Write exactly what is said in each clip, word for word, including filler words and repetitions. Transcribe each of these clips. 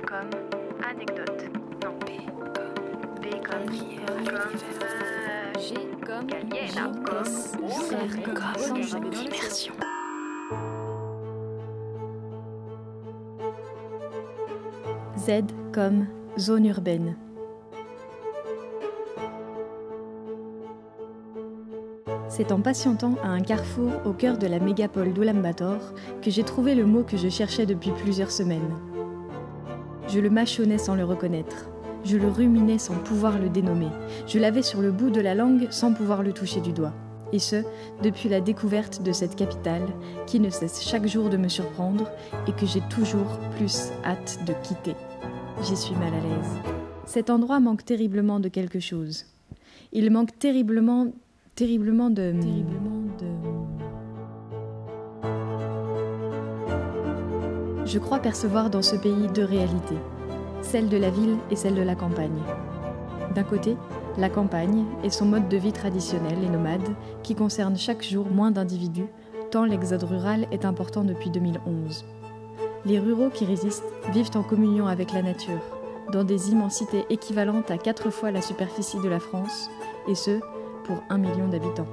comme anecdote. Non, B comme B comme comme G comme Galiena, comme R comme immersion. Z comme zone urbaine. C'est en patientant à un carrefour au cœur de la mégapole d'Oulan-Bator que j'ai trouvé le mot que je cherchais depuis plusieurs semaines. Je le mâchonnais sans le reconnaître. Je le ruminais sans pouvoir le dénommer. Je l'avais sur le bout de la langue sans pouvoir le toucher du doigt. Et ce, depuis la découverte de cette capitale qui ne cesse chaque jour de me surprendre et que j'ai toujours plus hâte de quitter. J'y suis mal à l'aise. Cet endroit manque terriblement de quelque chose. Il manque terriblement, terriblement de... Terriblement de... Je crois percevoir dans ce pays deux réalités, celle de la ville et celle de la campagne. D'un côté, la campagne et son mode de vie traditionnel et nomade qui concerne chaque jour moins d'individus, tant l'exode rural est important depuis deux mille onze. Les ruraux qui résistent vivent en communion avec la nature, dans des immensités équivalentes à quatre fois la superficie de la France, et ce, pour un million d'habitants.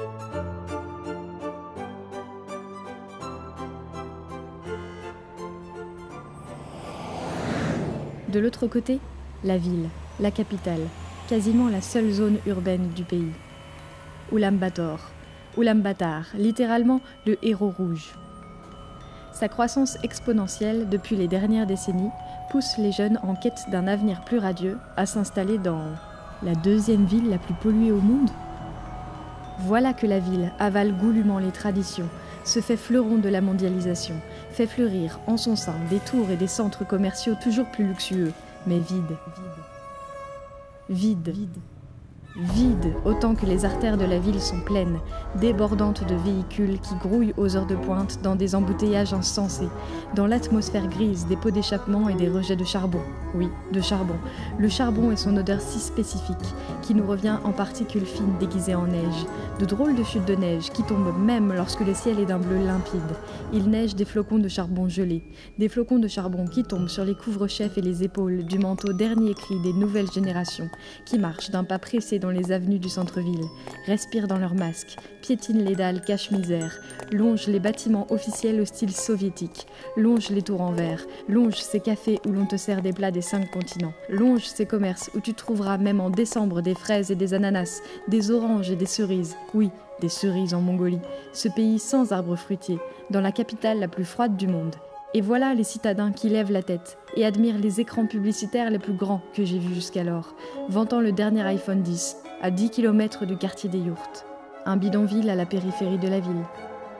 De l'autre côté, la ville, la capitale, quasiment la seule zone urbaine du pays. Oulan-Bator, Oulan-Batar, littéralement le héros rouge. Sa croissance exponentielle depuis les dernières décennies pousse les jeunes en quête d'un avenir plus radieux à s'installer dans la deuxième ville la plus polluée au monde. Voilà que la ville avale goulûment les traditions, se fait fleuron de la mondialisation, fait fleurir en son sein des tours et des centres commerciaux toujours plus luxueux, mais vides. Vides. Vide. Vide, autant que les artères de la ville sont pleines, débordantes de véhicules qui grouillent aux heures de pointe dans des embouteillages insensés, dans l'atmosphère grise des pots d'échappement et des rejets de charbon. Oui, de charbon. Le charbon et son odeur si spécifique, qui nous revient en particules fines déguisées en neige, de drôles de chutes de neige qui tombent même lorsque le ciel est d'un bleu limpide. Il neige des flocons de charbon gelés, des flocons de charbon qui tombent sur les couvre-chefs et les épaules du manteau dernier cri des nouvelles générations, qui marchent d'un pas pressé dans les avenues du centre-ville, respirent dans leurs masques, piétinent les dalles cache-misère, longent les bâtiments officiels au style soviétique, longent les tours en verre, longent ces cafés où l'on te sert des plats des cinq continents, longent ces commerces où tu trouveras même en décembre des fraises et des ananas, des oranges et des cerises, oui, des cerises en Mongolie, ce pays sans arbres fruitiers, dans la capitale la plus froide du monde. Et voilà les citadins qui lèvent la tête et admirent les écrans publicitaires les plus grands que j'ai vus jusqu'alors, vantant le dernier iPhone dix, à dix kilomètres du quartier des Yourtes, un bidonville à la périphérie de la ville.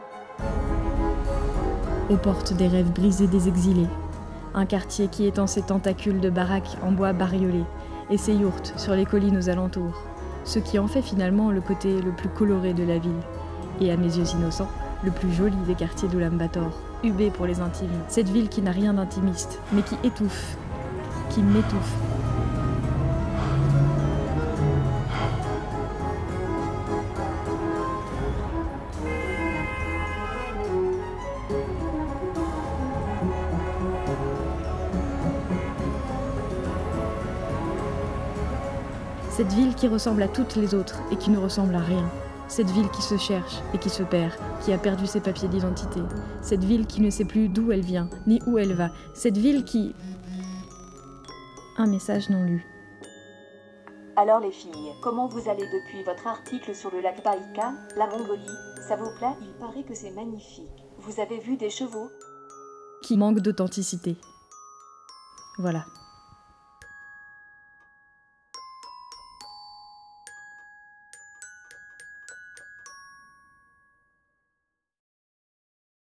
Aux portes des rêves brisés des exilés, un quartier qui étend ses tentacules de baraques en bois bariolé, et ses yourtes sur les collines aux alentours, ce qui en fait finalement le côté le plus coloré de la ville, et à mes yeux innocents, le plus joli des quartiers d'Oulan-Bator. Hubei pour les intimes, cette ville qui n'a rien d'intimiste, mais qui étouffe, qui m'étouffe. Cette ville qui ressemble à toutes les autres et qui ne ressemble à rien. Cette ville qui se cherche et qui se perd, qui a perdu ses papiers d'identité. Cette ville qui ne sait plus d'où elle vient, ni où elle va. Cette ville qui... Un message non lu. Alors les filles, comment vous allez depuis votre article sur le lac Baïka, la Mongolie? Ça vous plaît? Il paraît que c'est magnifique. Vous avez vu des chevaux? Qui manque d'authenticité. Voilà.